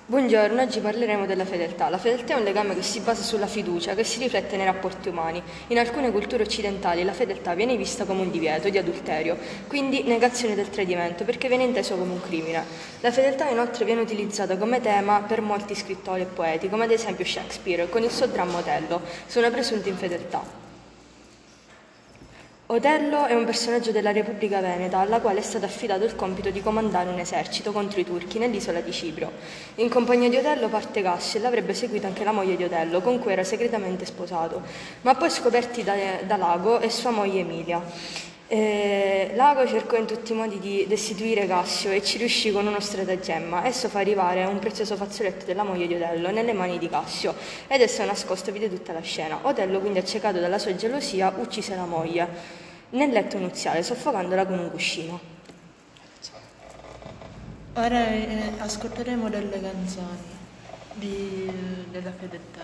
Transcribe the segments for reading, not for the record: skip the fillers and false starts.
Buongiorno, oggi parleremo della fedeltà. La fedeltà è un legame che si basa sulla fiducia, che si riflette nei rapporti umani. In alcune culture occidentali la fedeltà viene vista come un divieto di adulterio, quindi negazione del tradimento, perché viene inteso come un crimine. La fedeltà inoltre viene utilizzata come tema per molti scrittori e poeti, come ad esempio Shakespeare, con il suo dramma Otello, su una presunta infedeltà. Otello è un personaggio della Repubblica Veneta alla quale è stato affidato il compito di comandare un esercito contro i turchi nell'isola di Cipro. In compagnia di Otello parte Cassio e l'avrebbe seguito anche la moglie di Otello, con cui era segretamente sposato, ma poi scoperti da Lago e sua moglie Emilia. Lago cercò in tutti i modi di destituire Cassio e ci riuscì con uno stratagemma. Esso fa arrivare un prezioso fazzoletto della moglie di Otello nelle mani di Cassio ed esso nascosto vide tutta la scena. Otello, quindi accecato dalla sua gelosia, uccise la moglie nel letto nuziale, soffocandola con un cuscino. Ora ascolteremo delle canzoni della fedeltà.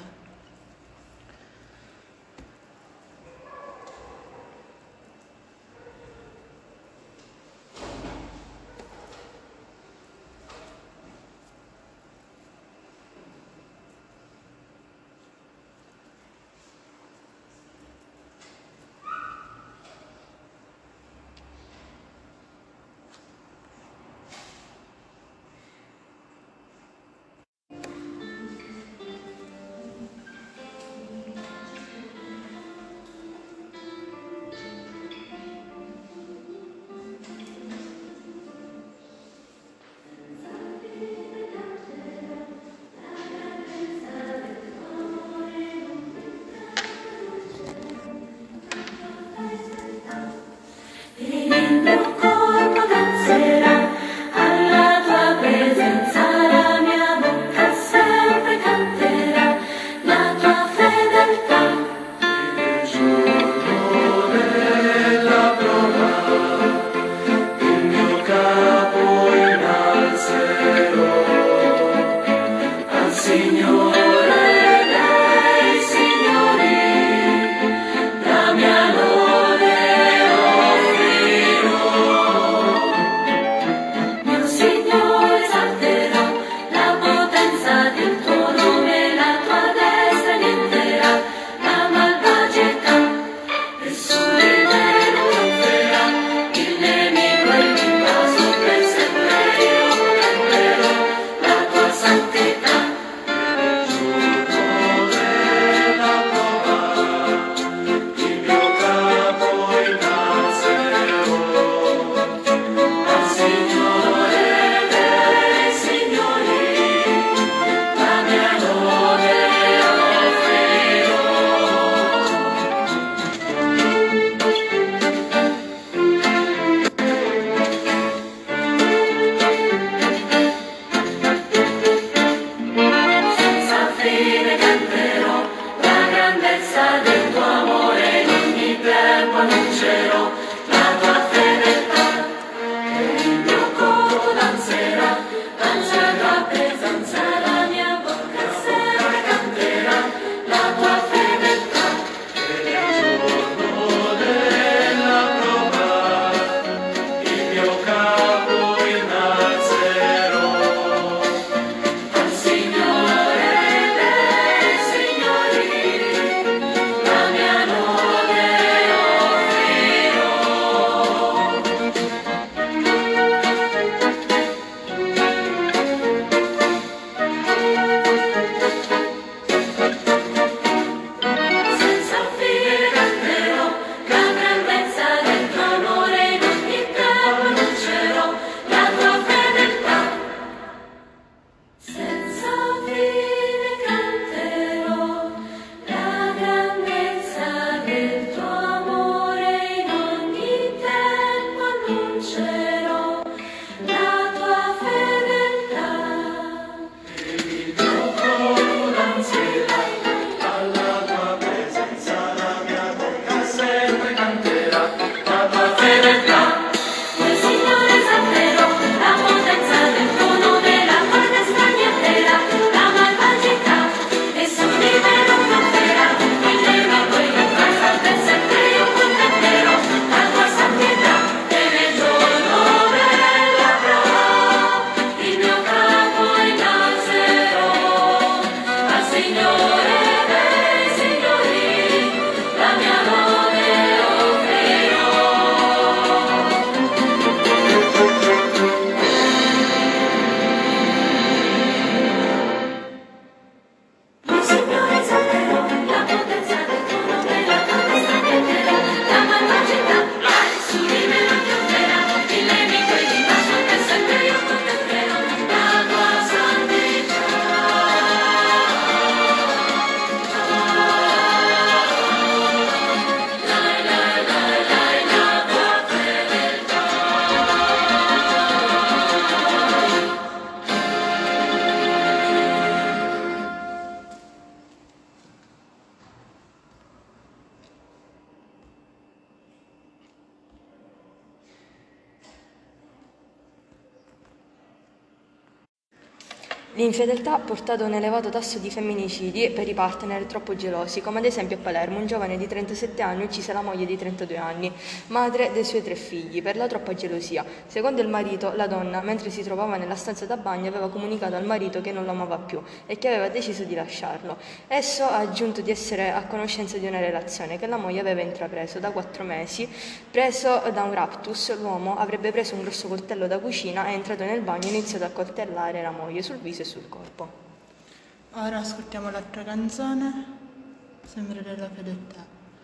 L'infedeltà ha portato a un elevato tasso di femminicidi per i partner troppo gelosi, come ad esempio a Palermo un giovane di 37 anni uccise la moglie di 32 anni, madre dei suoi 3 figli, per la troppa gelosia. Secondo il marito, la donna, mentre si trovava nella stanza da bagno, aveva comunicato al marito che non lo amava più e che aveva deciso di lasciarlo. Esso ha aggiunto di essere a conoscenza di una relazione che la moglie aveva intrapreso da 4 mesi. Preso da un raptus, l'uomo avrebbe preso un grosso coltello da cucina, è entrato nel bagno e iniziato a coltellare la moglie sul viso e sul corpo. Ora ascoltiamo l'altra canzone, Sempre della fedeltà.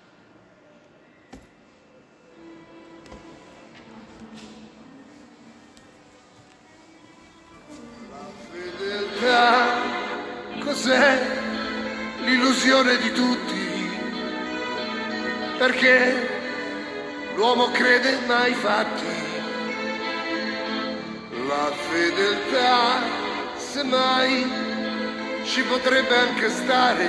Fedeltà, cos'è l'illusione di tutti? Perché l'uomo crede mai fatti. La fedeltà, semmai, ci potrebbe anche stare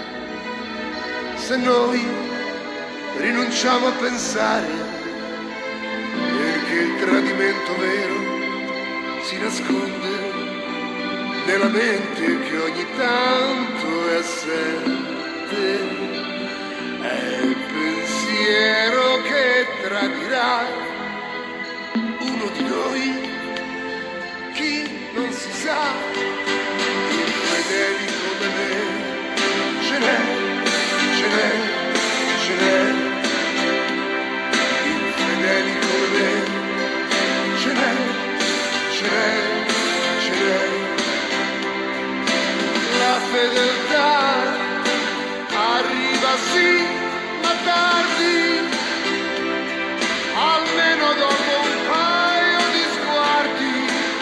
se noi rinunciamo a pensare, perché il tradimento vero si nasconde nella mente che ogni tanto è assente. È il pensiero che tradirà uno di noi, chi non si sa. Infedeli come me ce n'è, ce n'è, ce n'è. Infedeli come me ce n'è, ce n'è, ce n'è. La fedeltà arriva sì, ma tardi, almeno dopo un paio di sguardi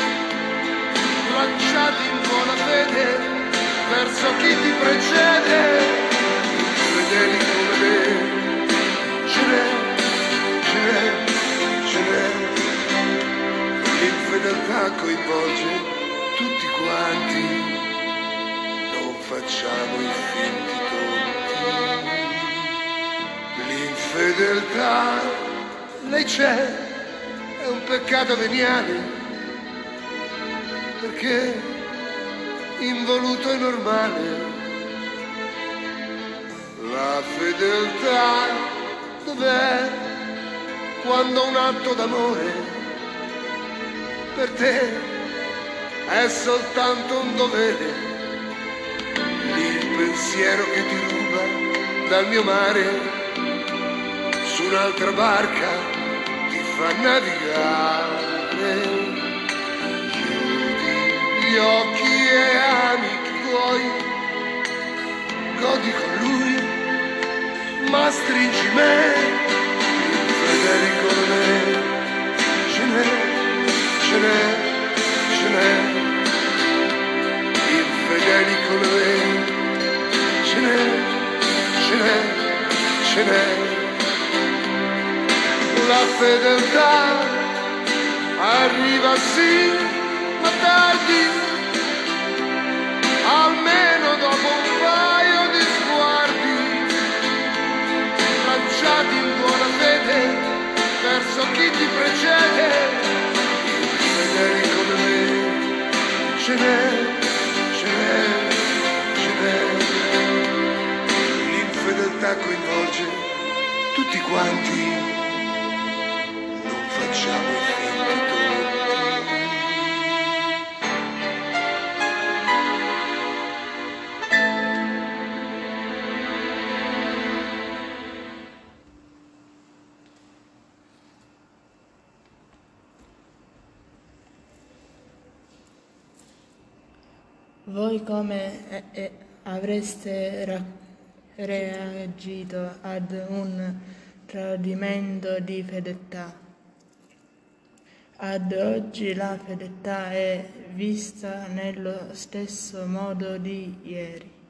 lanciati in buona fede verso chi ti precede. Fedeli come me ce n'è, ce n'è, ce n'è. L'infedeltà coinvolge tutti quanti, non facciamo i finti tonti. L'infedeltà, lei c'è, è un peccato veniale, perché involuto e normale. La fedeltà dov'è quando un atto d'amore per te è soltanto un dovere? Il pensiero che ti ruba dal mio mare su un'altra barca ti fa navigare. Gli occhi e ami chi vuoi, godi con lui, ma stringi me. Infedeli come me ce n'è, ce n'è, ce n'è. Infedeli come me ce n'è, ce n'è, ce n'è. La fedeltà arriva sì, ma tardi, almeno dopo un paio di sguardi lanciati in buona fede verso chi ti precede. Infedeli come me ce n'è, ce n'è, ce n'è. L'infedeltà coinvolge tutti quanti, non facciamo i finti tonti. Voi come avreste reagito ad un tradimento di fedeltà? Ad oggi la fedeltà è vista nello stesso modo di ieri.